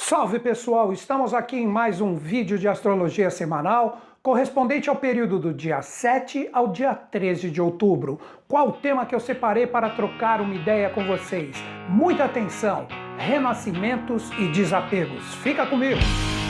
Salve pessoal, estamos aqui em mais um vídeo de astrologia semanal, correspondente ao período do dia 7 ao dia 13 de outubro. Qual o tema que eu separei para trocar uma ideia com vocês? Muita atenção, renascimentos e desapegos. Fica comigo!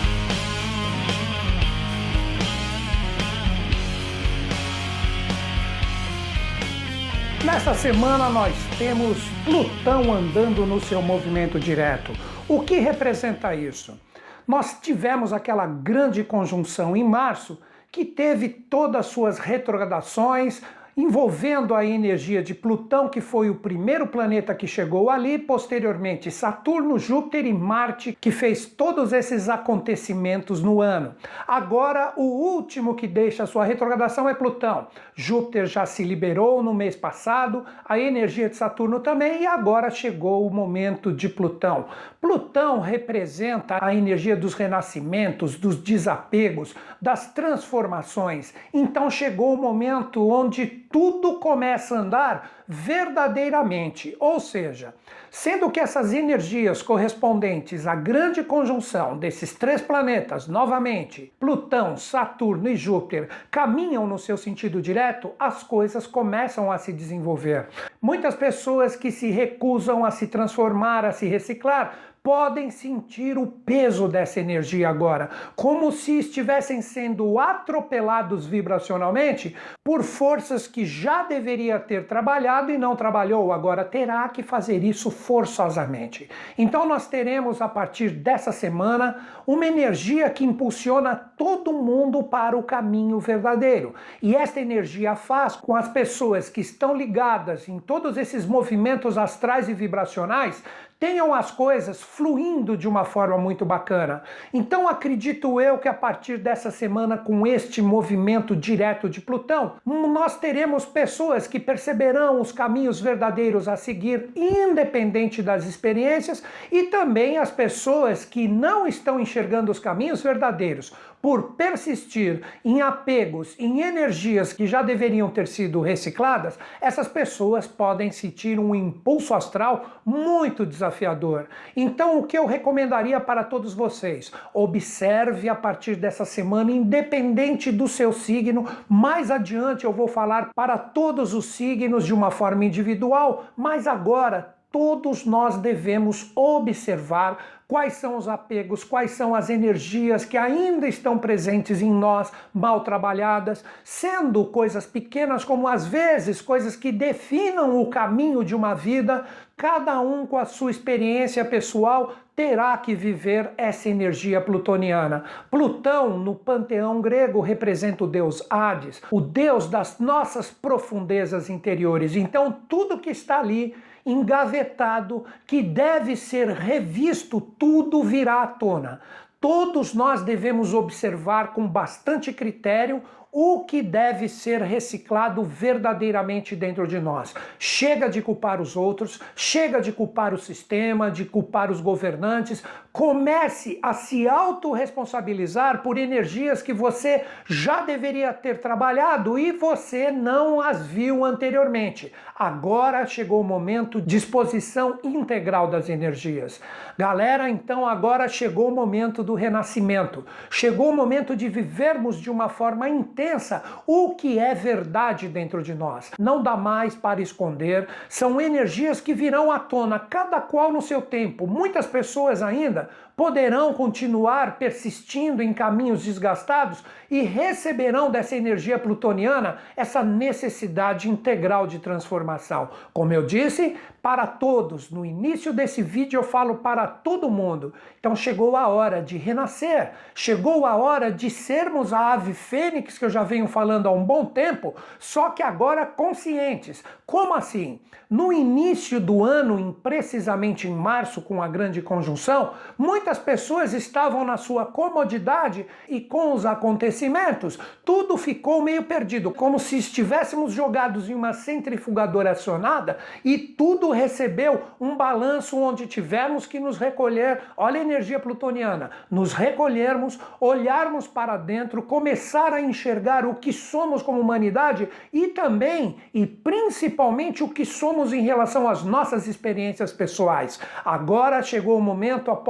Nesta semana nós temos Plutão andando no seu movimento direto. O que representa isso? Nós tivemos aquela grande conjunção em março que teve todas as suas retrogradações, envolvendo a energia de Plutão, que foi o primeiro planeta que chegou ali, posteriormente Saturno, Júpiter e Marte, que fez todos esses acontecimentos no ano. Agora, o último que deixa a sua retrogradação é Plutão. Júpiter já se liberou no mês passado, a energia de Saturno também, e agora chegou o momento de Plutão. Plutão representa a energia dos renascimentos, dos desapegos, das transformações. Então chegou o momento onde tudo começa a andar verdadeiramente, ou seja, sendo que essas energias correspondentes à grande conjunção desses três planetas, novamente, Plutão, Saturno e Júpiter, caminham no seu sentido direto, as coisas começam a se desenvolver. Muitas pessoas que se recusam a se transformar, a se reciclar, podem sentir o peso dessa energia agora, como se estivessem sendo atropelados vibracionalmente por forças que já deveria ter trabalhado e não trabalhou, agora terá que fazer isso forçosamente. Então nós teremos a partir dessa semana uma energia que impulsiona todo mundo para o caminho verdadeiro. E esta energia faz com as pessoas que estão ligadas em todos esses movimentos astrais e vibracionais tenham as coisas fluindo de uma forma muito bacana. Então acredito eu que a partir dessa semana, com este movimento direto de Plutão, nós teremos pessoas que perceberão os caminhos verdadeiros a seguir, independente das experiências, e também as pessoas que não estão enxergando os caminhos verdadeiros, por persistir em apegos, em energias que já deveriam ter sido recicladas, essas pessoas podem sentir um impulso astral muito desafiador. Então, o que eu recomendaria para todos vocês? Observe a partir dessa semana, independente do seu signo. Mais adiante eu vou falar para todos os signos de uma forma individual, mas agora todos nós devemos observar quais são os apegos, quais são as energias que ainda estão presentes em nós, mal trabalhadas, sendo coisas pequenas como às vezes coisas que definam o caminho de uma vida. Cada um com a sua experiência pessoal terá que viver essa energia plutoniana. Plutão, no panteão grego, representa o deus Hades, o deus das nossas profundezas interiores. Então tudo que está ali engavetado, que deve ser revisto, tudo virá à tona. Todos nós devemos observar com bastante critério o que deve ser reciclado verdadeiramente dentro de nós. Chega de culpar os outros, chega de culpar o sistema, de culpar os governantes. Comece a se autorresponsabilizar por energias que você já deveria ter trabalhado e você não as viu anteriormente. Agora chegou o momento de exposição integral das energias. Galera, então agora chegou o momento do renascimento. Chegou o momento de vivermos de uma forma intensa o que é verdade dentro de nós. Não dá mais para esconder, são energias que virão à tona, cada qual no seu tempo. Muitas pessoas ainda poderão continuar persistindo em caminhos desgastados e receberão dessa energia plutoniana essa necessidade integral de transformação. Como eu disse, para todos, no início desse vídeo eu falo para todo mundo. Então chegou a hora de renascer, chegou a hora de sermos a ave fênix que eu já venho falando há um bom tempo, só que agora conscientes. Como assim? No início do ano, precisamente em março, com a grande conjunção, muitas pessoas estavam na sua comodidade e com os acontecimentos, tudo ficou meio perdido, como se estivéssemos jogados em uma centrifugadora acionada e tudo recebeu um balanço onde tivemos que nos recolher. Olha a energia plutoniana, nos recolhermos, olharmos para dentro, começar a enxergar o que somos como humanidade e também e principalmente o que somos em relação às nossas experiências pessoais. Agora chegou o momento, após todas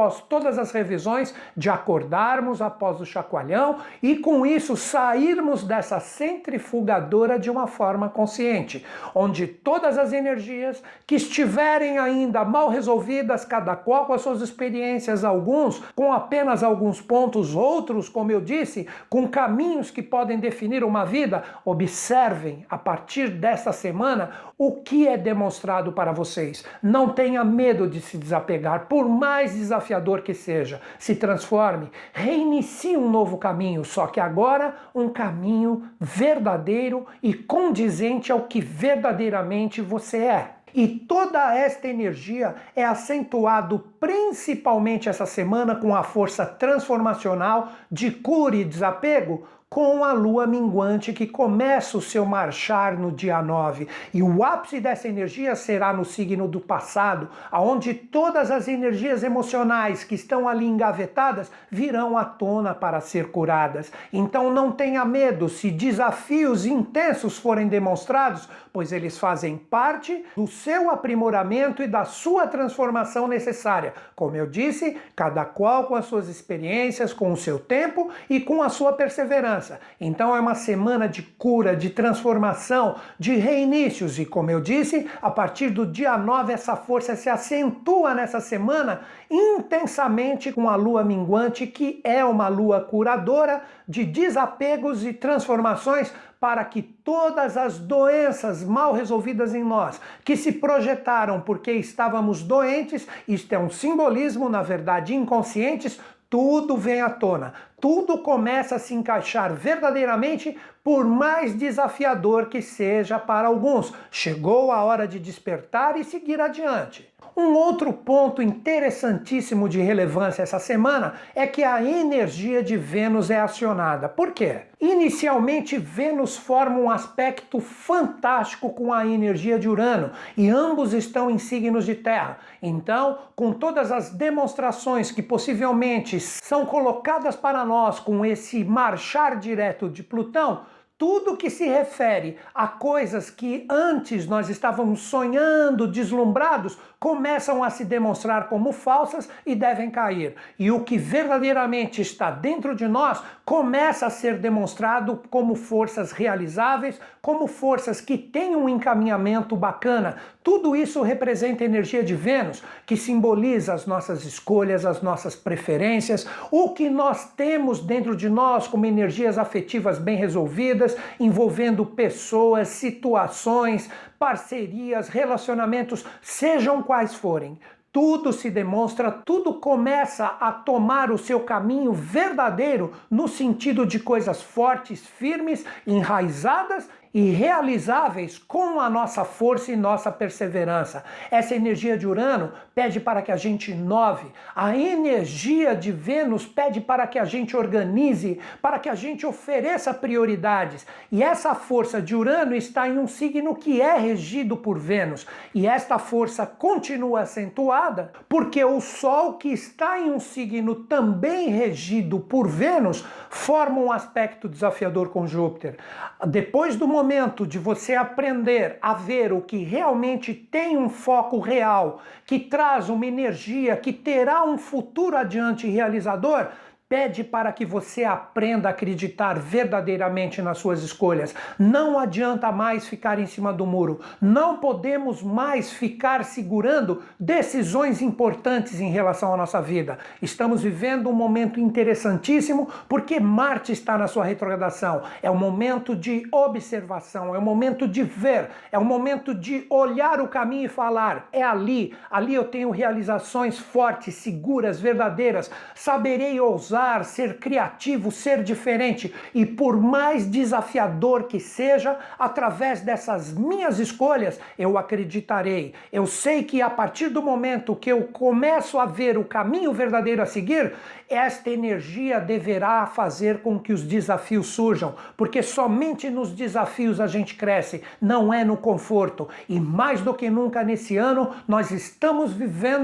todas as revisões, de acordarmos após o chacoalhão e com isso sairmos dessa centrifugadora de uma forma consciente, onde todas as energias que estiverem ainda mal resolvidas, cada qual com as suas experiências, alguns com apenas alguns pontos, outros, como eu disse, com caminhos que podem definir uma vida, observem a partir desta semana o que é demonstrado para vocês. Não tenha medo de se desapegar, por mais desafiador que seja. Se transforme, reinicie um novo caminho, só que agora um caminho verdadeiro e condizente ao que verdadeiramente você é. E toda esta energia é acentuado principalmente essa semana com a força transformacional de cura e desapego, com a lua minguante que começa o seu marchar no dia 9. E o ápice dessa energia será no signo do passado, onde todas as energias emocionais que estão ali engavetadas virão à tona para ser curadas. Então não tenha medo se desafios intensos forem demonstrados, pois eles fazem parte do seu aprimoramento e da sua transformação necessária. Como eu disse, cada qual com as suas experiências, com o seu tempo e com a sua perseverança. Então é uma semana de cura, de transformação, de reinícios e, como eu disse, a partir do dia 9 essa força se acentua nessa semana intensamente com a lua minguante, que é uma lua curadora de desapegos e transformações para que todas as doenças mal resolvidas em nós, que se projetaram porque estávamos doentes, isto é um simbolismo, na verdade, inconscientes, tudo vem à tona, tudo começa a se encaixar verdadeiramente, por mais desafiador que seja para alguns. Chegou a hora de despertar e seguir adiante. Um outro ponto interessantíssimo de relevância essa semana é que a energia de Vênus é acionada. Por quê? Inicialmente, Vênus forma um aspecto fantástico com a energia de Urano e ambos estão em signos de terra. Então, com todas as demonstrações que possivelmente são colocadas para nós com esse marchar direto de Plutão, tudo que se refere a coisas que antes nós estávamos sonhando, deslumbrados, começam a se demonstrar como falsas e devem cair. E o que verdadeiramente está dentro de nós começa a ser demonstrado como forças realizáveis, como forças que têm um encaminhamento bacana. Tudo isso representa a energia de Vênus, que simboliza as nossas escolhas, as nossas preferências, o que nós temos dentro de nós como energias afetivas bem resolvidas, envolvendo pessoas, situações, parcerias, relacionamentos, sejam quais forem. Tudo se demonstra, tudo começa a tomar o seu caminho verdadeiro no sentido de coisas fortes, firmes, enraizadas e realizáveis com a nossa força e nossa perseverança. Essa energia de Urano pede para que a gente inove, a energia de Vênus pede para que a gente organize, para que a gente ofereça prioridades. E essa força de Urano está em um signo que é regido por Vênus. E esta força continua acentuada porque o Sol, que está em um signo também regido por Vênus, forma um aspecto desafiador com Júpiter. Depois do momento de você aprender a ver o que realmente tem um foco real, que traz uma energia que terá um futuro adiante realizador, pede para que você aprenda a acreditar verdadeiramente nas suas escolhas. Não adianta mais ficar em cima do muro. Não podemos mais ficar segurando decisões importantes em relação à nossa vida. Estamos vivendo um momento interessantíssimo porque Marte está na sua retrogradação. É um momento de observação, é um momento de ver, é um momento de olhar o caminho e falar, é ali, ali eu tenho realizações fortes, seguras, verdadeiras, saberei ousar, ser criativo, ser diferente e por mais desafiador que seja, através dessas minhas escolhas, eu acreditarei. Eu sei que a partir do momento que eu começo a ver o caminho verdadeiro a seguir, esta energia deverá fazer com que os desafios surjam, porque somente nos desafios a gente cresce, não é no conforto. E mais do que nunca nesse ano, nós estamos vivendo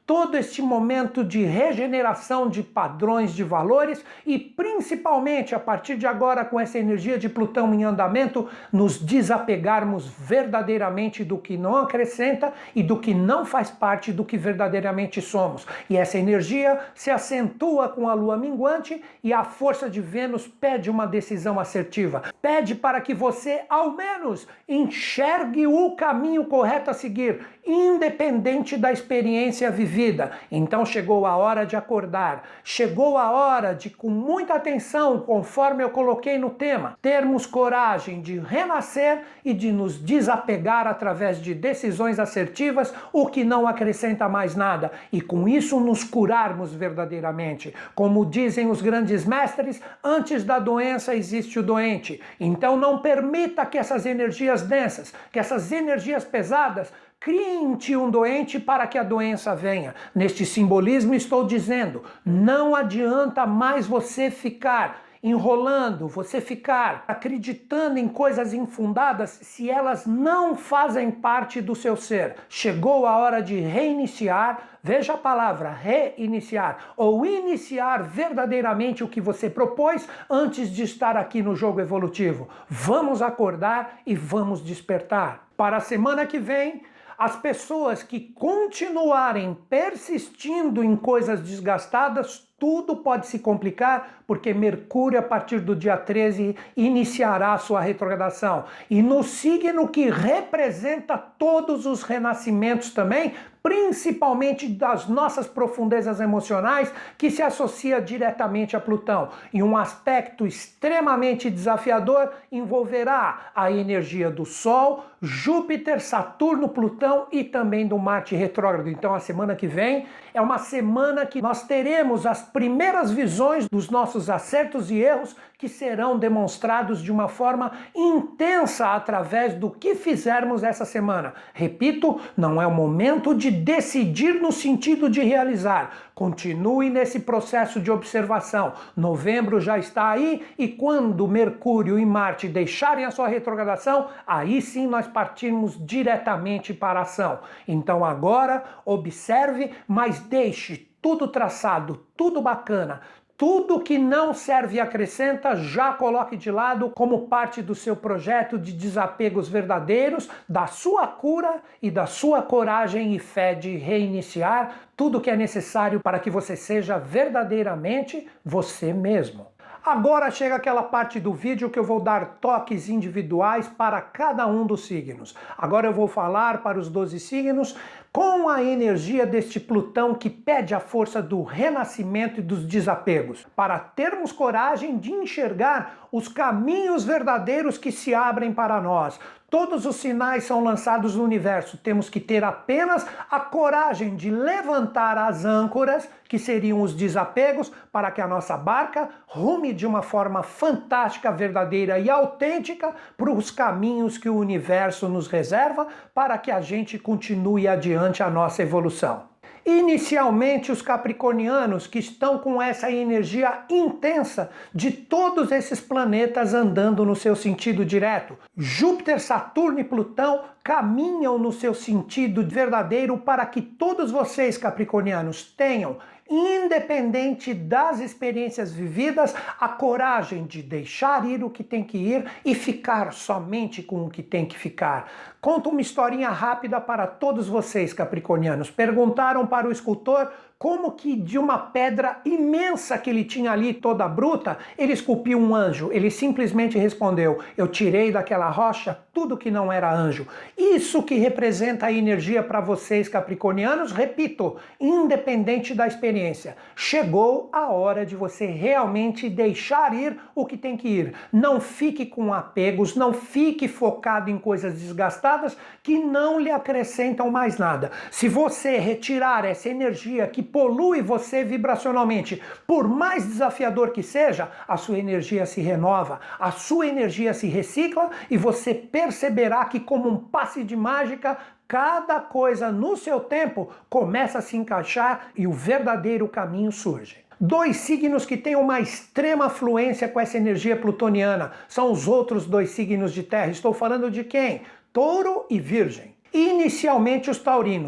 todo este momento de regeneração de padrões de valores e principalmente a partir de agora com essa energia de Plutão em andamento, nos desapegarmos verdadeiramente do que não acrescenta e do que não faz parte do que verdadeiramente somos. E essa energia se acentua com a lua minguante e a força de Vênus pede uma decisão assertiva. Pede para que você, ao menos, enxergue o caminho correto a seguir, independente da experiência vivida. Então chegou a hora de acordar, chegou a hora de, com muita atenção, conforme eu coloquei no tema, termos coragem de renascer e de nos desapegar através de decisões assertivas, o que não acrescenta mais nada, e com isso nos curarmos verdadeiramente. Como dizem os grandes mestres, antes da doença existe o doente. Então não permita que essas energias densas, que essas energias pesadas criem em ti um doente para que a doença venha. Neste simbolismo estou dizendo, não adianta mais você ficar enrolando, você ficar acreditando em coisas infundadas se elas não fazem parte do seu ser. Chegou a hora de reiniciar, veja a palavra reiniciar, ou iniciar verdadeiramente o que você propôs antes de estar aqui no jogo evolutivo. Vamos acordar e vamos despertar. Para a semana que vem, as pessoas que continuarem persistindo em coisas desgastadas, tudo pode se complicar, porque Mercúrio, a partir do dia 13, iniciará a sua retrogradação. E no signo que representa todos os renascimentos também, principalmente das nossas profundezas emocionais, que se associa diretamente a Plutão. E um aspecto extremamente desafiador envolverá a energia do Sol, Júpiter, Saturno, Plutão e também do Marte retrógrado. Então a semana que vem é uma semana que nós teremos as primeiras visões dos nossos acertos e erros que serão demonstrados de uma forma intensa através do que fizermos essa semana. Repito, não é o momento de decidir no sentido de realizar. Continue nesse processo de observação. Novembro já está aí e quando Mercúrio e Marte deixarem a sua retrogradação, aí sim nós partimos diretamente para a ação. Então agora observe, mas deixe tudo traçado, tudo bacana, tudo que não serve e acrescenta, já coloque de lado como parte do seu projeto de desapegos verdadeiros, da sua cura e da sua coragem e fé de reiniciar tudo que é necessário para que você seja verdadeiramente você mesmo. Agora chega aquela parte do vídeo que eu vou dar toques individuais para cada um dos signos. Agora eu vou falar para os 12 signos com a energia deste Plutão que pede a força do renascimento e dos desapegos, para termos coragem de enxergar os caminhos verdadeiros que se abrem para nós. Todos os sinais são lançados no universo, temos que ter apenas a coragem de levantar as âncoras, que seriam os desapegos, para que a nossa barca rume de uma forma fantástica, verdadeira e autêntica para os caminhos que o universo nos reserva, para que a gente continue adiante a nossa evolução. Inicialmente, os capricornianos que estão com essa energia intensa de todos esses planetas andando no seu sentido direto. Júpiter, Saturno e Plutão caminham no seu sentido verdadeiro para que todos vocês, capricornianos, tenham, independente das experiências vividas, a coragem de deixar ir o que tem que ir e ficar somente com o que tem que ficar. Conto uma historinha rápida para todos vocês, capricornianos. Perguntaram para o escultor como que de uma pedra imensa que ele tinha ali, toda bruta, ele esculpiu um anjo. Ele simplesmente respondeu: eu tirei daquela rocha tudo que não era anjo. Isso que representa a energia para vocês, capricornianos, repito, independente da experiência. Chegou a hora de você realmente deixar ir o que tem que ir. Não fique com apegos, não fique focado em coisas desgastadas que não lhe acrescentam mais nada. Se você retirar essa energia que polui você vibracionalmente, por mais desafiador que seja, a sua energia se renova, a sua energia se recicla e você perceberá que, como um passe de mágica, cada coisa no seu tempo começa a se encaixar e o verdadeiro caminho surge. Dois signos que têm uma extrema fluência com essa energia plutoniana são os outros dois signos de terra. Estou falando de quem? Touro e Virgem. Inicialmente os taurinos.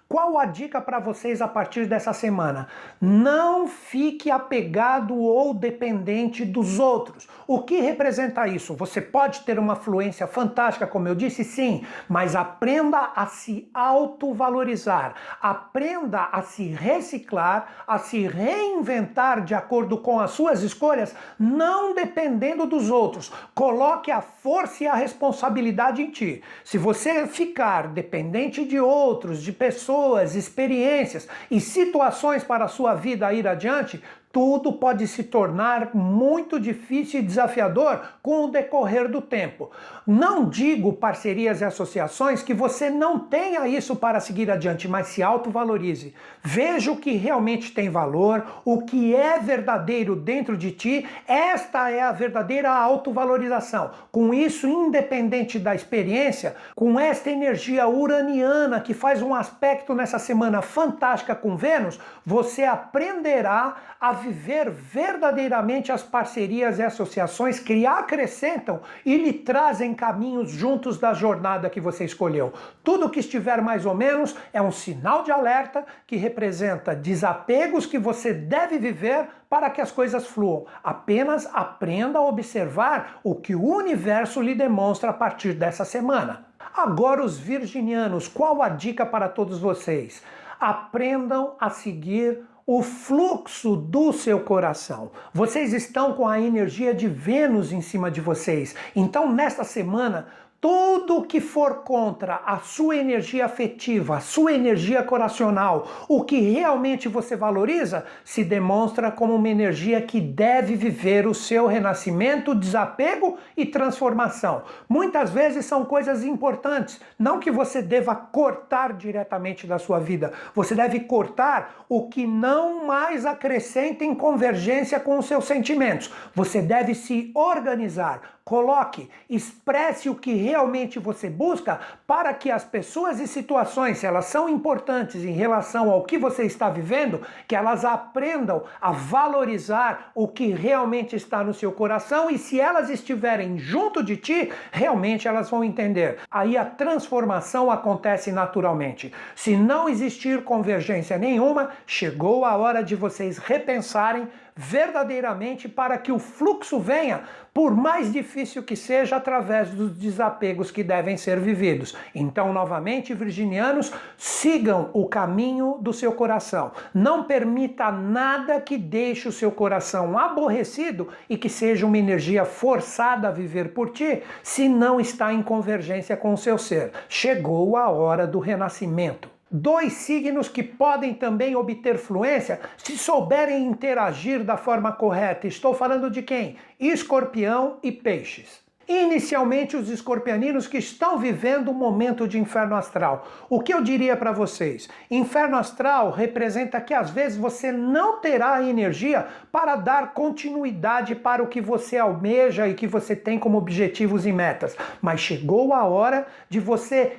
Qual a dica para vocês a partir dessa semana? Não fique apegado ou dependente dos outros. O que representa isso? Você pode ter uma fluência fantástica, como eu disse, sim, mas aprenda a se autovalorizar, aprenda a se reciclar, a se reinventar de acordo com as suas escolhas, não dependendo dos outros. Coloque a força e a responsabilidade em ti. Se você ficar dependente de outros, de pessoas, experiências e situações para a sua vida ir adiante, tudo pode se tornar muito difícil e desafiador com o decorrer do tempo. Não digo parcerias e associações que você não tenha isso para seguir adiante, mas se autovalorize. Veja o que realmente tem valor, o que é verdadeiro dentro de ti. Esta é a verdadeira autovalorização. Com isso, independente da experiência, com esta energia uraniana que faz um aspecto nessa semana fantástica com Vênus, você aprenderá a viver verdadeiramente as parcerias e associações que lhe acrescentam e lhe trazem caminhos juntos da jornada que você escolheu. Tudo que estiver mais ou menos é um sinal de alerta que representa desapegos que você deve viver para que as coisas fluam. Apenas aprenda a observar o que o universo lhe demonstra a partir dessa semana. Agora, os virginianos, qual a dica para todos vocês? Aprendam a seguir o fluxo do seu coração. Vocês estão com a energia de Vênus em cima de vocês. Então, nesta semana, tudo que for contra a sua energia afetiva, a sua energia coracional, o que realmente você valoriza, se demonstra como uma energia que deve viver o seu renascimento, desapego e transformação. Muitas vezes são coisas importantes, não que você deva cortar diretamente da sua vida. Você deve cortar o que não mais acrescenta em convergência com os seus sentimentos. Você deve se organizar. Coloque, expresse o que realmente você busca para que as pessoas e situações, se elas são importantes em relação ao que você está vivendo, que elas aprendam a valorizar o que realmente está no seu coração e se elas estiverem junto de ti, realmente elas vão entender. Aí a transformação acontece naturalmente. Se não existir convergência nenhuma, chegou a hora de vocês repensarem verdadeiramente para que o fluxo venha, por mais difícil que seja, através dos desapegos que devem ser vividos. Então, novamente, virginianos, sigam o caminho do seu coração. Não permita nada que deixe o seu coração aborrecido e que seja uma energia forçada a viver por ti, se não está em convergência com o seu ser. Chegou a hora do renascimento. 2 signos que podem também obter fluência se souberem interagir da forma correta. Estou falando de quem? Escorpião e Peixes. Inicialmente, os escorpianinos que estão vivendo um momento de inferno astral. O que eu diria para vocês? Inferno astral representa que às vezes você não terá a energia para dar continuidade para o que você almeja e que você tem como objetivos e metas. Mas chegou a hora de você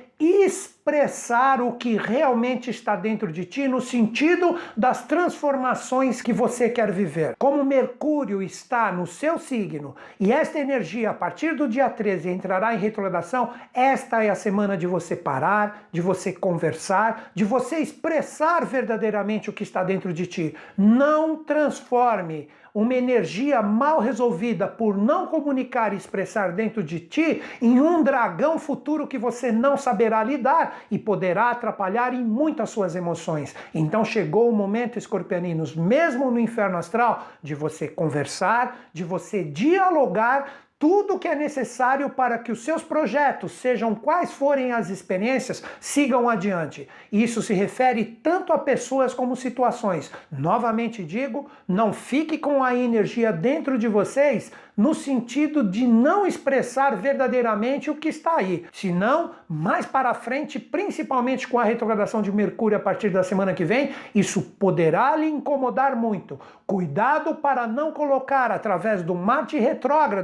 expressar o que realmente está dentro de ti no sentido das transformações que você quer viver. Como Mercúrio está no seu signo e esta energia a partir do dia 13 entrará em retrogradação, esta é a semana de você parar, de você conversar, de você expressar verdadeiramente o que está dentro de ti. Não transforme uma energia mal resolvida por não comunicar e expressar dentro de ti em um dragão futuro que você não saberá lidar e poderá atrapalhar em muito as suas emoções. Então chegou o momento, escorpianinos, mesmo no inferno astral, de você conversar, de você dialogar tudo o que é necessário para que os seus projetos, sejam quais forem as experiências, sigam adiante. Isso se refere tanto a pessoas como situações. Novamente digo, não fique com a energia dentro de vocês no sentido de não expressar verdadeiramente o que está aí. Senão, mais para frente, principalmente com a retrogradação de Mercúrio a partir da semana que vem, isso poderá lhe incomodar muito. Cuidado para não colocar, através do Marte retrógrado, a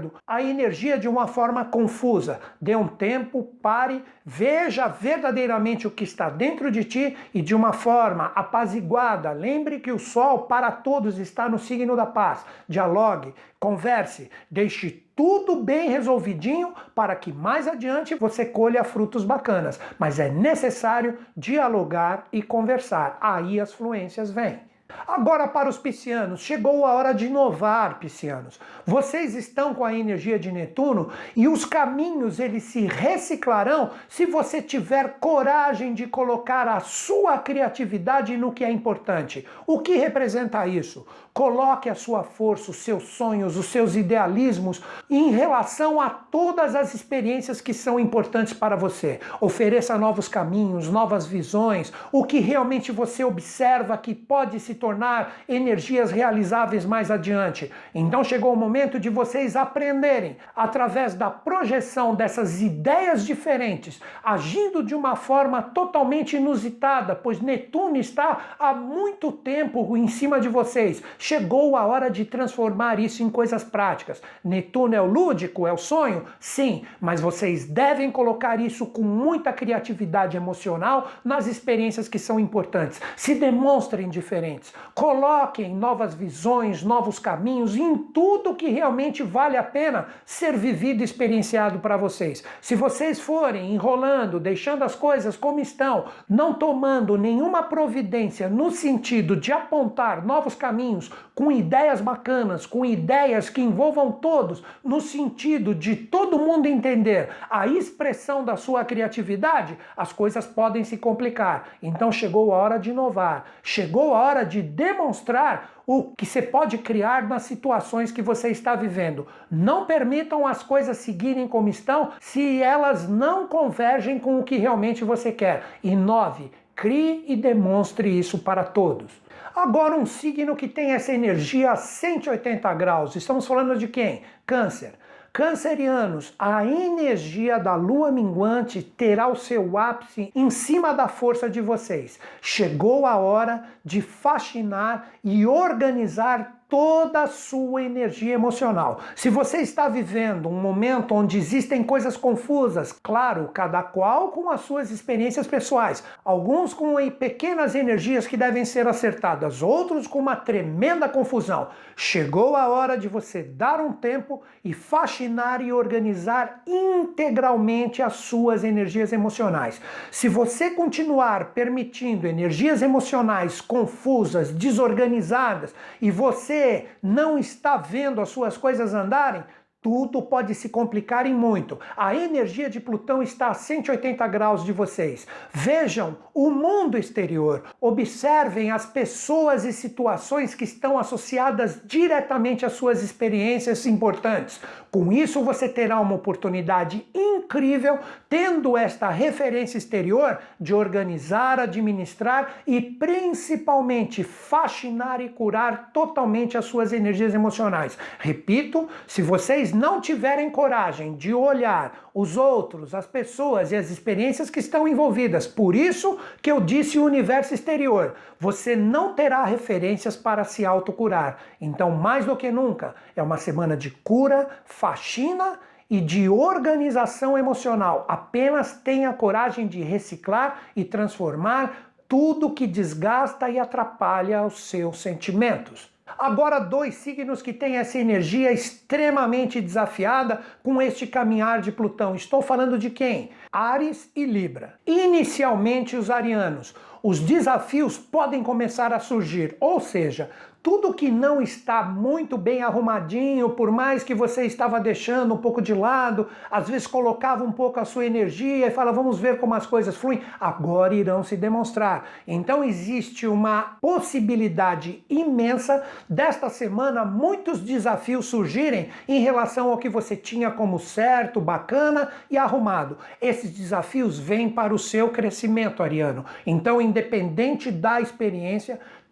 energia de uma forma confusa. Dê um tempo, pare, veja verdadeiramente o que está dentro de ti e de uma forma apaziguada. Lembre que o Sol para todos está no signo da paz. Dialogue, converse, deixe tudo bem resolvidinho para que mais adiante você colha frutos bacanas. Mas é necessário dialogar e conversar. Aí as fluências vêm. Agora para os piscianos, chegou a hora de inovar, piscianos. Vocês estão com a energia de Netuno e os caminhos eles se reciclarão se você tiver coragem de colocar a sua criatividade no que é importante. O que representa isso? Coloque a sua força, os seus sonhos, os seus idealismos em relação a todas as experiências que são importantes para você. Ofereça novos caminhos, novas visões, o que realmente você observa que pode se tornar energias realizáveis mais adiante. Então chegou o momento de vocês aprenderem, através da projeção dessas ideias diferentes, agindo de uma forma totalmente inusitada, pois Netuno está há muito tempo em cima de vocês. Chegou a hora de transformar isso em coisas práticas. Netuno é o lúdico, é o sonho? Sim, mas vocês devem colocar isso com muita criatividade emocional nas experiências que são importantes. Se demonstrem diferentes. Coloquem novas visões, novos caminhos em tudo que realmente vale a pena ser vivido e experienciado para vocês. Se vocês forem enrolando, deixando as coisas como estão, não tomando nenhuma providência no sentido de apontar novos caminhos, com ideias bacanas, com ideias que envolvam todos, no sentido de todo mundo entender a expressão da sua criatividade, as coisas podem se complicar. Então chegou a hora de inovar, chegou a hora de demonstrar o que você pode criar nas situações que você está vivendo. Não permitam as coisas seguirem como estão se elas não convergem com o que realmente você quer. Inove, crie e demonstre isso para todos. Agora um signo que tem essa energia a 180 graus. Estamos falando de quem? Câncer. Cancerianos, a energia da lua minguante terá o seu ápice em cima da força de vocês. Chegou a hora de faxinar e organizar toda a sua energia emocional. Se você está vivendo um momento onde existem coisas confusas, claro, cada qual com as suas experiências pessoais, alguns com pequenas energias que devem ser acertadas, outros com uma tremenda confusão, chegou a hora de você dar um tempo e faxinar e organizar integralmente as suas energias emocionais. Se você continuar permitindo energias emocionais confusas, desorganizadas, e você não está vendo as suas coisas andarem, tudo pode se complicar e muito. A energia de Plutão está a 180 graus de vocês. Vejam o mundo exterior. Observem as pessoas e situações que estão associadas diretamente às suas experiências importantes. Com isso, você terá uma oportunidade incrível, tendo esta referência exterior, de organizar, administrar e principalmente faxinar e curar totalmente as suas energias emocionais. Repito, se vocês não tiverem coragem de olhar os outros, as pessoas e as experiências que estão envolvidas, por isso que eu disse o universo exterior, você não terá referências para se autocurar. Então, mais do que nunca, é uma semana de cura, faxina e de organização emocional. Apenas tenha coragem de reciclar e transformar tudo que desgasta e atrapalha os seus sentimentos. Agora, dois signos que têm essa energia extremamente desafiada com este caminhar de Plutão. Estou falando de quem? Áries e Libra. Inicialmente, os arianos. Os desafios podem começar a surgir, ou seja, tudo que não está muito bem arrumadinho, por mais que você estava deixando um pouco de lado, às vezes colocava um pouco a sua energia e fala, vamos ver como as coisas fluem, agora irão se demonstrar. Então existe uma possibilidade imensa desta semana muitos desafios surgirem em relação ao que você tinha como certo, bacana e arrumado. Esses desafios vêm para o seu crescimento, ariano. Então, independente da experiência,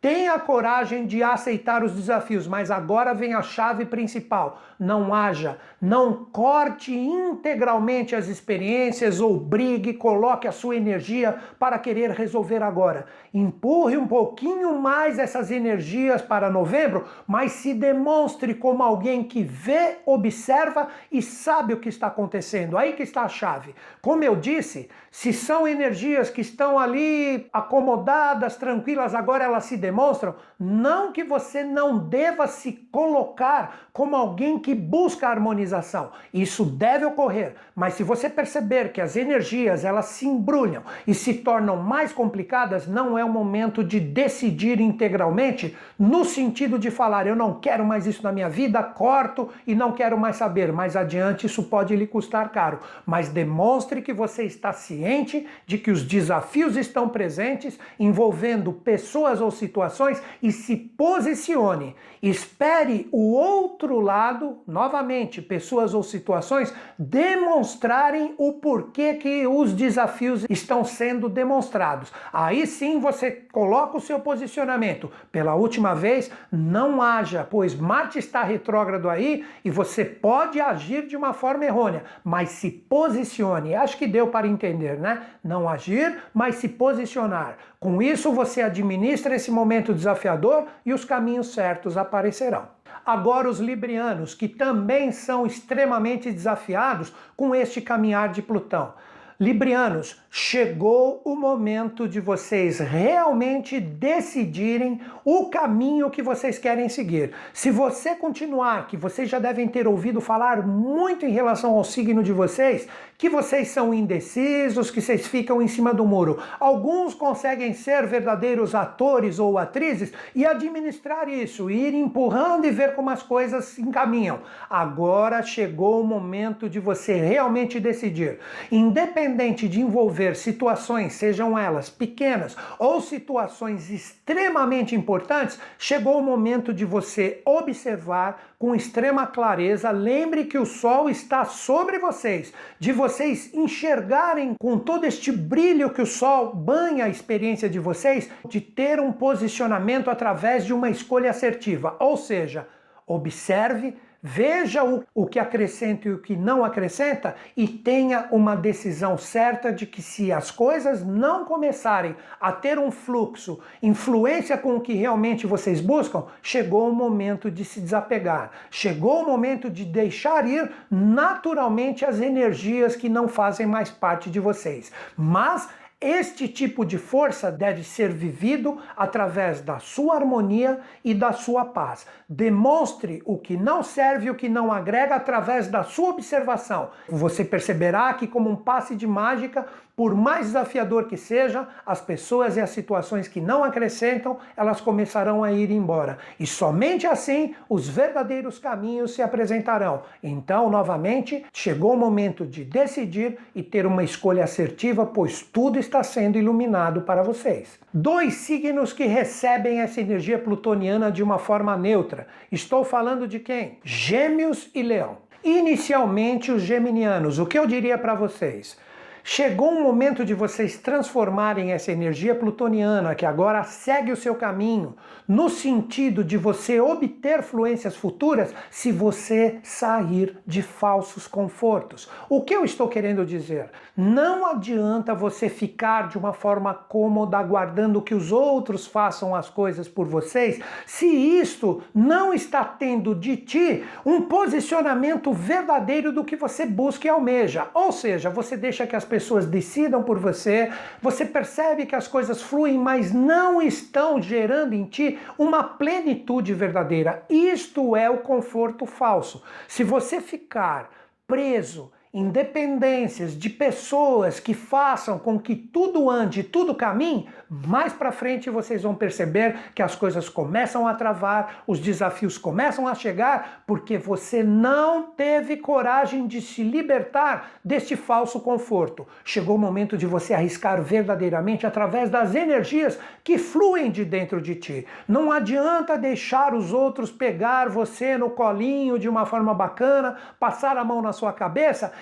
Tenha coragem de aceitar os desafios, mas agora vem a chave principal. Não haja, não corte integralmente as experiências ou brigue, coloque a sua energia para querer resolver agora. Empurre um pouquinho mais essas energias para novembro, mas se demonstre como alguém que vê, observa e sabe o que está acontecendo. Aí que está a chave. Como eu disse, se são energias que estão ali acomodadas, tranquilas, agora elas se demonstram, não que você não deva se colocar como alguém que busca harmonização. Isso deve ocorrer, mas se você perceber que as energias elas se embrulham e se tornam mais complicadas, não é o momento de decidir integralmente no sentido de falar, eu não quero mais isso na minha vida, corto e não quero mais saber. Mais adiante isso pode lhe custar caro, mas demonstre que você está ciente de que os desafios estão presentes, envolvendo pessoas ou situações, e se posicione. Espere o outro lado, novamente, pessoas ou situações, demonstrarem o porquê que os desafios estão sendo demonstrados. Aí sim você coloca o seu posicionamento. Pela última vez, não haja, pois Marte está retrógrado aí e você pode agir de uma forma errônea, mas se posicione. Acho que deu para entender, né? Não agir, mas se posicionar. Com isso, você administra esse momento desafiador e os caminhos certos aparecerão. Agora os librianos, que também são extremamente desafiados com este caminhar de Plutão. Librianos, chegou o momento de vocês realmente decidirem o caminho que vocês querem seguir. Se você continuar, que vocês já devem ter ouvido falar muito em relação ao signo de vocês, que vocês são indecisos, que vocês ficam em cima do muro. Alguns conseguem ser verdadeiros atores ou atrizes e administrar isso, ir empurrando e ver como as coisas se encaminham. Agora chegou o momento de você realmente decidir. Independente de envolver situações, sejam elas pequenas ou situações extremamente importantes, chegou o momento de você observar com extrema clareza. Lembre que o Sol está sobre vocês, de vocês enxergarem com todo este brilho que o Sol banha a experiência de vocês, de ter um posicionamento através de uma escolha assertiva. Ou seja, observe, veja o que acrescenta e o que não acrescenta e tenha uma decisão certa de que se as coisas não começarem a ter um fluxo, influência com o que realmente vocês buscam, chegou o momento de se desapegar. Chegou o momento de deixar ir naturalmente as energias que não fazem mais parte de vocês. Mas este tipo de força deve ser vivido através da sua harmonia e da sua paz. Demonstre o que não serve e o que não agrega através da sua observação. Você perceberá que, como um passe de mágica, por mais desafiador que seja, as pessoas e as situações que não acrescentam, elas começarão a ir embora. E somente assim os verdadeiros caminhos se apresentarão. Então, novamente, chegou o momento de decidir e ter uma escolha assertiva, pois tudo está sendo iluminado para vocês. 2 signos que recebem essa energia plutoniana de uma forma neutra. Estou falando de quem? Gêmeos e Leão. Inicialmente, os geminianos. O que eu diria para vocês? Chegou um momento de vocês transformarem essa energia plutoniana, que agora segue o seu caminho, no sentido de você obter fluências futuras se você sair de falsos confortos. O que eu estou querendo dizer? Não adianta você ficar de uma forma cômoda aguardando que os outros façam as coisas por vocês, se isto não está tendo de ti um posicionamento verdadeiro do que você busca e almeja. Ou seja, você deixa que as pessoas decidam por você, você percebe que as coisas fluem, mas não estão gerando em ti uma plenitude verdadeira. Isto é o conforto falso. Se você ficar preso em dependências de pessoas que façam com que tudo ande, tudo caminhe, mais para frente vocês vão perceber que as coisas começam a travar, os desafios começam a chegar, porque você não teve coragem de se libertar deste falso conforto. Chegou o momento de você arriscar verdadeiramente através das energias que fluem de dentro de ti. Não adianta deixar os outros pegar você no colinho de uma forma bacana, passar a mão na sua cabeça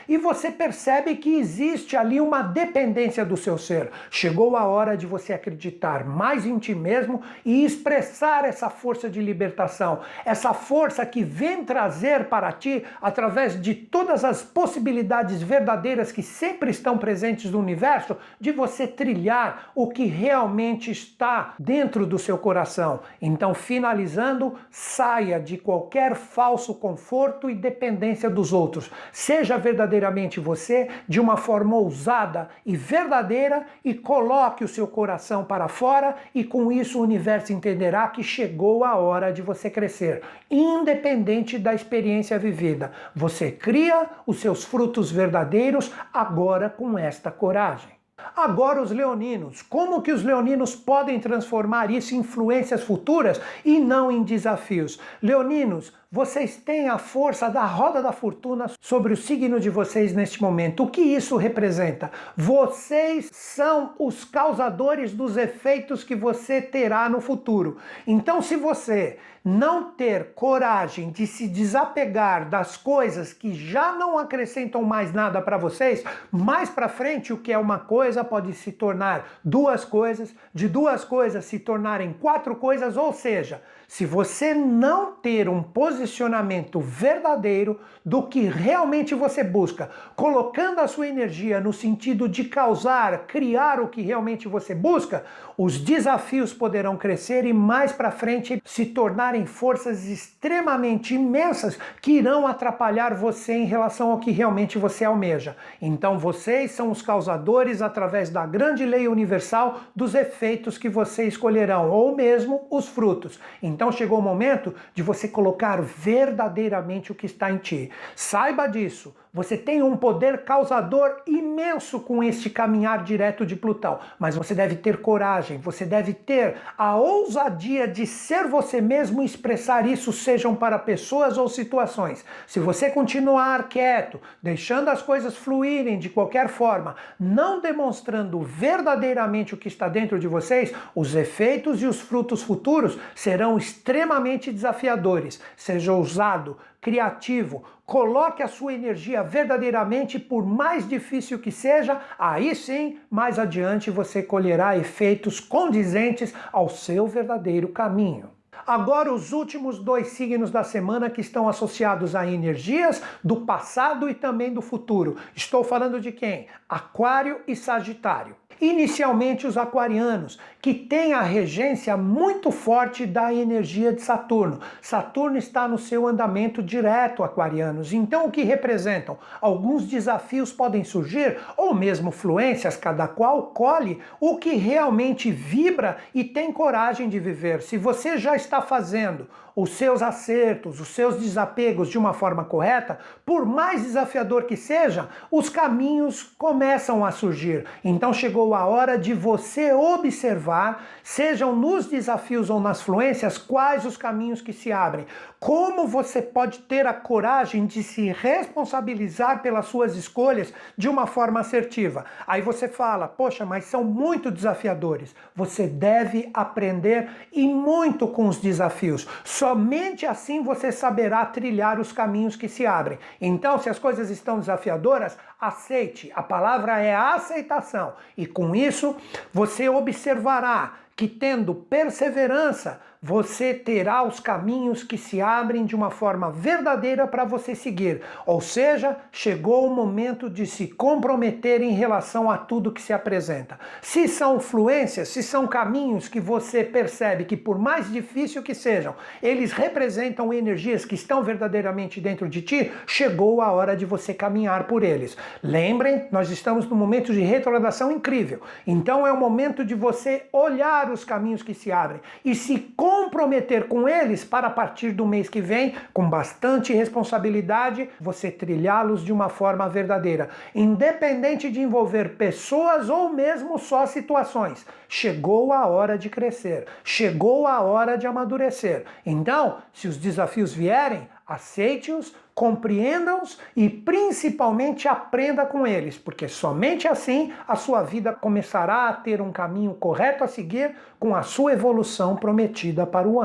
e você percebe que existe ali uma dependência do seu ser. Chegou a hora de você acreditar mais em ti mesmo e expressar essa força de libertação, essa força que vem trazer para ti, através de todas as possibilidades verdadeiras que sempre estão presentes no universo, de você trilhar o que realmente está dentro do seu coração. Então, finalizando, saia de qualquer falso conforto e dependência dos outros. Seja verdadeiramente você, de uma forma ousada e verdadeira, e coloque o seu coração para fora, e com isso o universo entenderá que chegou a hora de você crescer, independente da experiência vivida. Você cria os seus frutos verdadeiros agora com esta coragem. Agora os leoninos, como que os leoninos podem transformar isso em influências futuras e não em desafios? Leoninos, vocês têm a força da roda da fortuna sobre o signo de vocês neste momento. O que isso representa? Vocês são os causadores dos efeitos que você terá no futuro. Então, se você não ter coragem de se desapegar das coisas que já não acrescentam mais nada para vocês, mais para frente o que é uma coisa pode se tornar duas coisas, de duas coisas se tornarem quatro coisas, ou seja, se você não ter um posicionamento verdadeiro do que realmente você busca, colocando a sua energia no sentido de causar, criar o que realmente você busca, os desafios poderão crescer e mais para frente se tornarem forças extremamente imensas que irão atrapalhar você em relação ao que realmente você almeja. Então vocês são os causadores, através da grande lei universal, dos efeitos que você escolherão, ou mesmo os frutos. Então chegou o momento de você colocar verdadeiramente o que está em ti. Saiba disso. Você tem um poder causador imenso com este caminhar direto de Plutão, mas você deve ter coragem, você deve ter a ousadia de ser você mesmo e expressar isso, sejam para pessoas ou situações. Se você continuar quieto, deixando as coisas fluírem de qualquer forma, não demonstrando verdadeiramente o que está dentro de vocês, os efeitos e os frutos futuros serão extremamente desafiadores. Seja ousado, criativo, coloque a sua energia verdadeiramente, por mais difícil que seja, aí sim, mais adiante você colherá efeitos condizentes ao seu verdadeiro caminho. Agora os últimos dois signos da semana que estão associados a energias do passado e também do futuro. Estou falando de quem? Aquário e Sagitário. Inicialmente os aquarianos, que têm a regência muito forte da energia de Saturno. Saturno está no seu andamento direto, aquarianos. Então o que representam? Alguns desafios podem surgir, ou mesmo fluências, cada qual colhe o que realmente vibra e tem coragem de viver. Se você já está fazendo os seus acertos, os seus desapegos de uma forma correta, por mais desafiador que seja, os caminhos começam a surgir. Então chegou a hora de você observar, sejam nos desafios ou nas fluências, quais os caminhos que se abrem. Como você pode ter a coragem de se responsabilizar pelas suas escolhas de uma forma assertiva. Aí você fala, poxa, mas são muito desafiadores. Você deve aprender e muito com os desafios. Somente assim você saberá trilhar os caminhos que se abrem. Então, se as coisas estão desafiadoras, aceite. A palavra é aceitação. E com isso, você observará que, tendo perseverança, você terá os caminhos que se abrem de uma forma verdadeira para você seguir. Ou seja, chegou o momento de se comprometer em relação a tudo que se apresenta. Se são fluências, se são caminhos que você percebe que, por mais difícil que sejam, eles representam energias que estão verdadeiramente dentro de ti, chegou a hora de você caminhar por eles. Lembrem, nós estamos num momento de retrogradação incrível. Então é o momento de você olhar os caminhos que se abrem e se comprometer com eles para, a partir do mês que vem, com bastante responsabilidade, você trilhá-los de uma forma verdadeira, independente de envolver pessoas ou mesmo só situações. Chegou a hora de crescer, chegou a hora de amadurecer. Então, se os desafios vierem, aceite-os, compreenda-os e principalmente aprenda com eles, porque somente assim a sua vida começará a ter um caminho correto a seguir com a sua evolução prometida para o ano.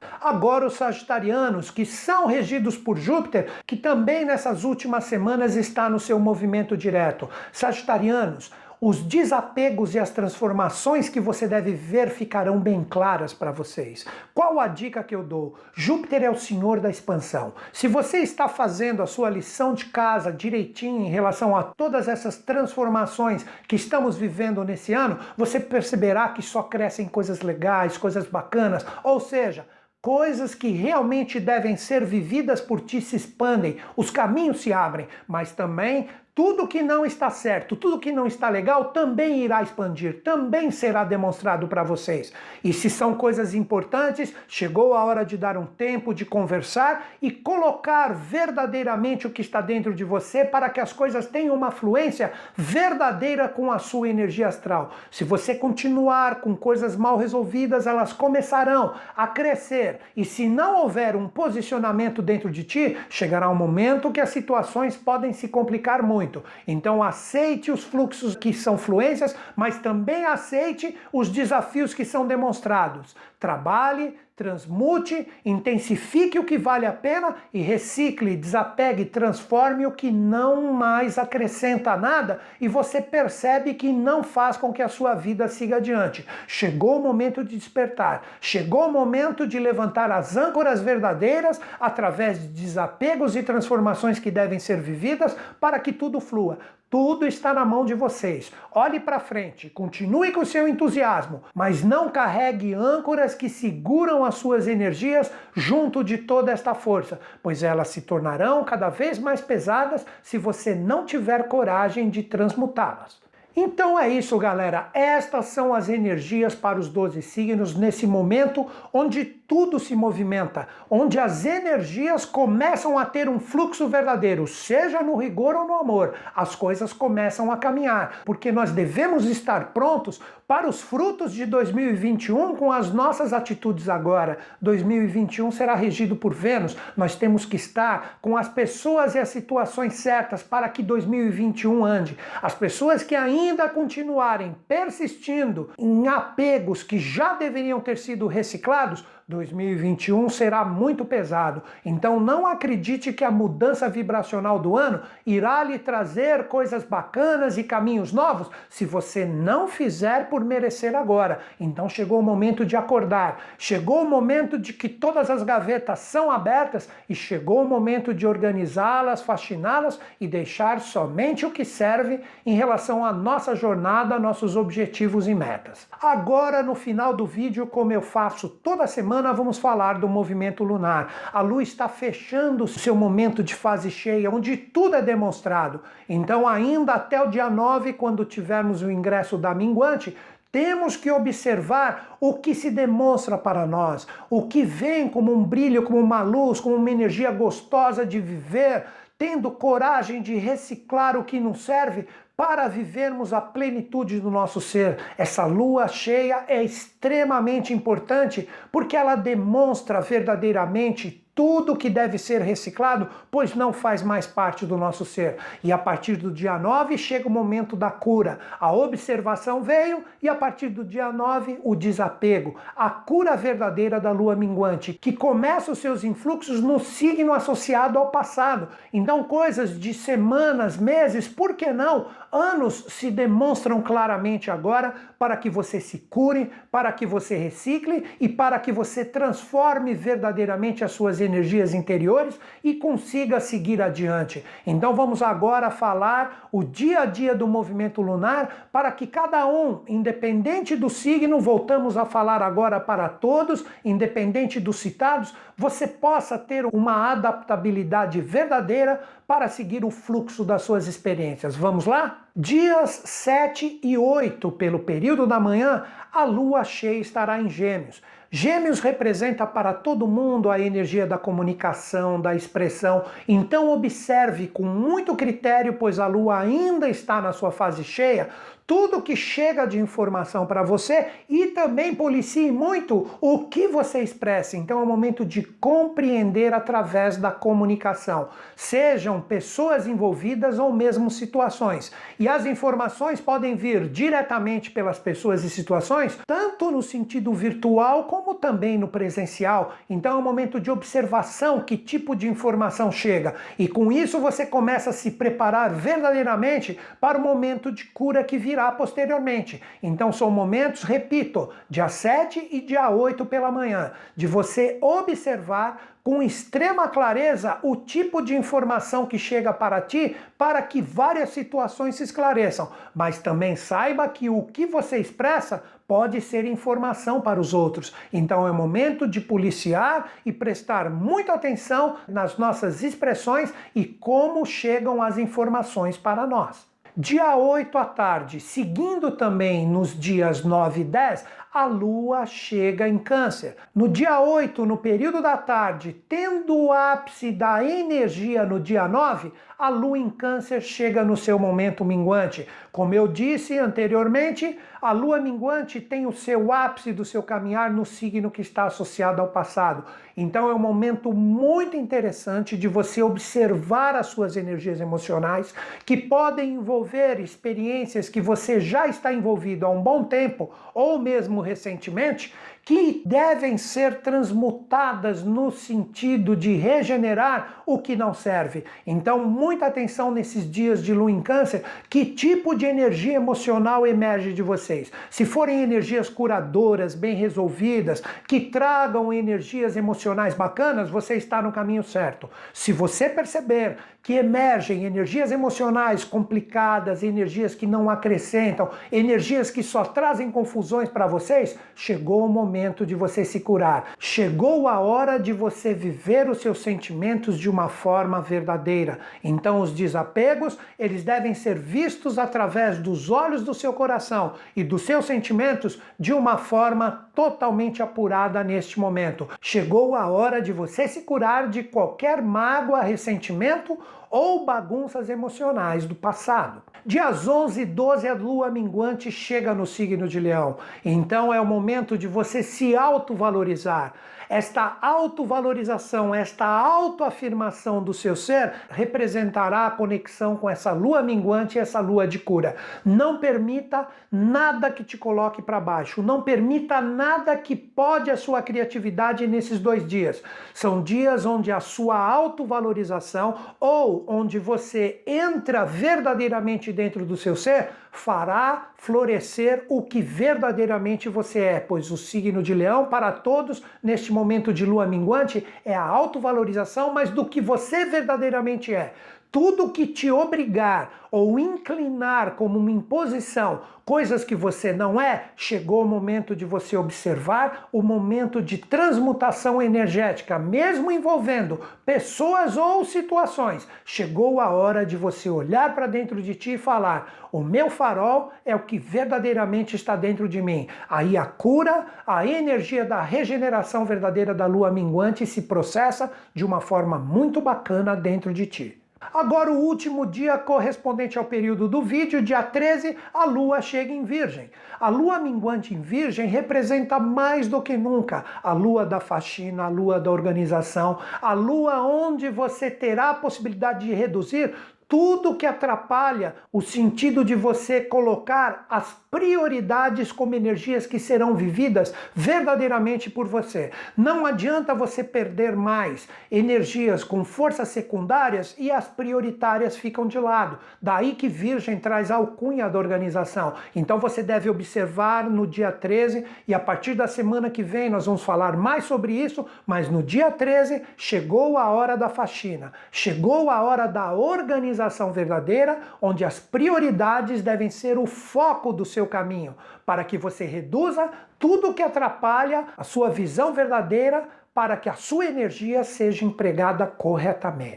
Agora os sagitarianos, que são regidos por Júpiter, que também nessas últimas semanas está no seu movimento direto. Sagitarianos, os desapegos e as transformações que você deve ver ficarão bem claras para vocês. Qual a dica que eu dou? Júpiter é o senhor da expansão. Se você está fazendo a sua lição de casa direitinho em relação a todas essas transformações que estamos vivendo nesse ano, você perceberá que só crescem coisas legais, coisas bacanas, ou seja, coisas que realmente devem ser vividas por ti se expandem, os caminhos se abrem, mas também tudo que não está certo, tudo que não está legal também irá expandir, também será demonstrado para vocês. E se são coisas importantes, chegou a hora de dar um tempo de conversar e colocar verdadeiramente o que está dentro de você para que as coisas tenham uma fluência verdadeira com a sua energia astral. Se você continuar com coisas mal resolvidas, elas começarão a crescer. E se não houver um posicionamento dentro de ti, chegará um momento que as situações podem se complicar muito. Então aceite os fluxos que são fluências, mas também aceite os desafios que são demonstrados. Trabalhe, transmute, intensifique o que vale a pena e recicle, desapegue, transforme o que não mais acrescenta nada e você percebe que não faz com que a sua vida siga adiante. Chegou o momento de despertar, chegou o momento de levantar as âncoras verdadeiras através de desapegos e transformações que devem ser vividas para que tudo flua. Tudo está na mão de vocês. Olhe para frente, continue com seu entusiasmo, mas não carregue âncoras que seguram as suas energias junto de toda esta força, pois elas se tornarão cada vez mais pesadas se você não tiver coragem de transmutá-las. Então é isso, galera. Estas são as energias para os 12 signos nesse momento onde tudo se movimenta, onde as energias começam a ter um fluxo verdadeiro, seja no rigor ou no amor. As coisas começam a caminhar, porque nós devemos estar prontos para os frutos de 2021 com as nossas atitudes agora. 2021 será regido por Vênus. Nós temos que estar com as pessoas e as situações certas para que 2021 ande. As pessoas que ainda continuarem persistindo em apegos que já deveriam ter sido reciclados, 2021 será muito pesado. Então não acredite que a mudança vibracional do ano irá lhe trazer coisas bacanas e caminhos novos se você não fizer por merecer agora. Então chegou o momento de acordar. Chegou o momento de que todas as gavetas são abertas e chegou o momento de organizá-las, faxiná-las e deixar somente o que serve em relação à nossa jornada, nossos objetivos e metas. Agora, no final do vídeo, como eu faço toda semana, vamos falar do movimento lunar. A Lua está fechando seu momento de fase cheia, onde tudo é demonstrado. Então, ainda até o dia 9, quando tivermos o ingresso da minguante, temos que observar o que se demonstra para nós, o que vem como um brilho, como uma luz, como uma energia gostosa de viver, tendo coragem de reciclar o que não serve para vivermos a plenitude do nosso ser. Essa lua cheia é extremamente importante porque ela demonstra verdadeiramente tudo que deve ser reciclado, pois não faz mais parte do nosso ser. E a partir do dia 9 chega o momento da cura. A observação veio e a partir do dia 9 o desapego. A cura verdadeira da lua minguante, que começa os seus influxos no signo associado ao passado. Então coisas de semanas, meses, por que não, anos se demonstram claramente agora para que você se cure, para que você recicle e para que você transforme verdadeiramente as suas energias interiores e consiga seguir adiante. Então vamos agora falar o dia a dia do movimento lunar para que cada um, independente do signo, voltamos a falar agora para todos, independente dos citados, você possa ter uma adaptabilidade verdadeira para seguir o fluxo das suas experiências. Vamos lá? Dias 7 e 8, pelo período da manhã, a lua cheia estará em Gêmeos. Gêmeos representa para todo mundo a energia da comunicação, da expressão. Então observe com muito critério, pois a lua ainda está na sua fase cheia, tudo que chega de informação para você e também policie muito o que você expressa. Então é o momento de compreender através da comunicação, sejam pessoas envolvidas ou mesmo situações. E as informações podem vir diretamente pelas pessoas e situações, tanto no sentido virtual como também no presencial. Então é um momento de observação que tipo de informação chega. E com isso você começa a se preparar verdadeiramente para o momento de cura que virá posteriormente. Então são momentos, repito, dia 7 e dia 8 pela manhã, de você observar com extrema clareza o tipo de informação que chega para ti, para que várias situações se esclareçam. Mas também saiba que o que você expressa pode ser informação para os outros. Então é momento de policiar e prestar muita atenção nas nossas expressões e como chegam as informações para nós. Dia 8 à tarde, seguindo também nos dias 9 e 10, a Lua chega em Câncer. No dia 8, no período da tarde, tendo o ápice da energia no dia 9, a Lua em Câncer chega no seu momento minguante. Como eu disse anteriormente, a Lua minguante tem o seu ápice do seu caminhar no signo que está associado ao passado. Então é um momento muito interessante de você observar as suas energias emocionais, que podem envolver experiências que você já está envolvido há um bom tempo, ou mesmo recentemente, que devem ser transmutadas no sentido de regenerar o que não serve. Então, muita atenção nesses dias de Lua em Câncer, que tipo de energia emocional emerge de vocês. Se forem energias curadoras, bem resolvidas, que tragam energias emocionais bacanas, você está no caminho certo. Se você perceber que emergem energias emocionais complicadas, energias que não acrescentam, energias que só trazem confusões para vocês, chegou o momento de você se curar. Chegou a hora de você viver os seus sentimentos de uma forma verdadeira. Então os desapegos, eles devem ser vistos através dos olhos do seu coração e dos seus sentimentos de uma forma totalmente apurada neste momento. Chegou a hora de você se curar de qualquer mágoa, ressentimento ou bagunças emocionais do passado. Dias 11 e 12 a Lua minguante chega no signo de Leão. Então é o momento de você se autovalorizar. Esta autovalorização, esta autoafirmação do seu ser representará a conexão com essa lua minguante e essa lua de cura. Não permita nada que te coloque para baixo. Não permita nada que pode a sua criatividade nesses 2 dias. São dias onde a sua autovalorização ou onde você entra verdadeiramente dentro do seu ser fará florescer o que verdadeiramente você é, pois o signo de Leão para todos neste momento de lua minguante é a autovalorização, mas do que você verdadeiramente é. Tudo que te obrigar ou inclinar como uma imposição, coisas que você não é, chegou o momento de você observar o momento de transmutação energética, mesmo envolvendo pessoas ou situações. Chegou a hora de você olhar para dentro de ti e falar: o meu farol é o que verdadeiramente está dentro de mim. Aí a cura, a energia da regeneração verdadeira da lua minguante se processa de uma forma muito bacana dentro de ti. Agora o último dia correspondente ao período do vídeo, dia 13, a Lua chega em Virgem. A Lua minguante em Virgem representa mais do que nunca a Lua da faxina, a Lua da organização, a Lua onde você terá a possibilidade de reduzir tudo que atrapalha o sentido de você colocar as prioridades como energias que serão vividas verdadeiramente por você. Não adianta você perder mais energias com forças secundárias e as prioritárias ficam de lado. Daí que Virgem traz a alcunha da organização. Então você deve observar no dia 13 e a partir da semana que vem nós vamos falar mais sobre isso, mas no dia 13 chegou a hora da faxina, chegou a hora da organização verdadeira, onde as prioridades devem ser o foco do seu caminho, para que você reduza tudo que atrapalha a sua visão verdadeira, para que a sua energia seja empregada corretamente.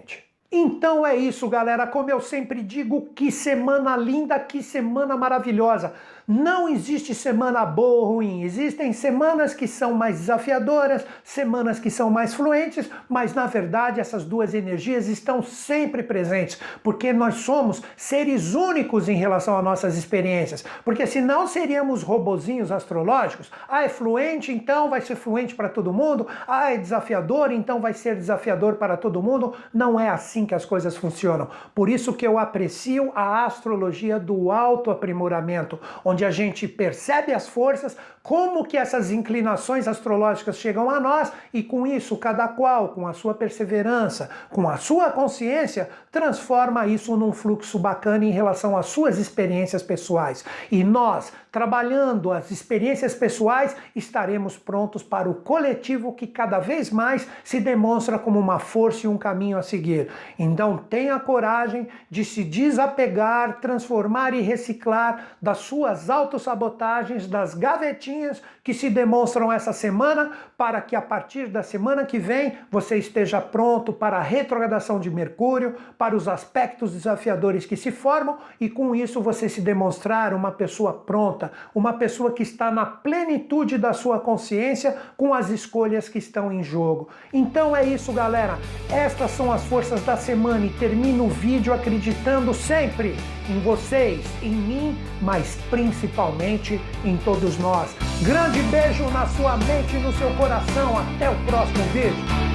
Então é isso, galera. Como eu sempre digo, que semana linda, que semana maravilhosa. Não existe semana boa ou ruim. Existem semanas que são mais desafiadoras, semanas que são mais fluentes, mas na verdade essas duas energias estão sempre presentes, porque nós somos seres únicos em relação às nossas experiências. Porque senão seríamos robozinhos astrológicos. Ah, é fluente, então vai ser fluente para todo mundo. Ah, é desafiador, então vai ser desafiador para todo mundo. Não é assim que as coisas funcionam. Por isso que eu aprecio a astrologia do autoaprimoramento, onde a gente percebe as forças, como que essas inclinações astrológicas chegam a nós e com isso cada qual, com a sua perseverança, com a sua consciência, transforma isso num fluxo bacana em relação às suas experiências pessoais. E nós, trabalhando as experiências pessoais, estaremos prontos para o coletivo que cada vez mais se demonstra como uma força e um caminho a seguir. Então tenha coragem de se desapegar, transformar e reciclar das suas autossabotagens, das gavetinhas que se demonstram essa semana, para que a partir da semana que vem você esteja pronto para a retrogradação de Mercúrio, para os aspectos desafiadores que se formam e com isso você se demonstrar uma pessoa pronta, uma pessoa que está na plenitude da sua consciência com as escolhas que estão em jogo. Então é isso, galera. Estas são as forças da semana e termino o vídeo acreditando sempre em vocês, em mim, mas principalmente em todos nós. Grande beijo na sua mente e no seu coração. Até o próximo vídeo.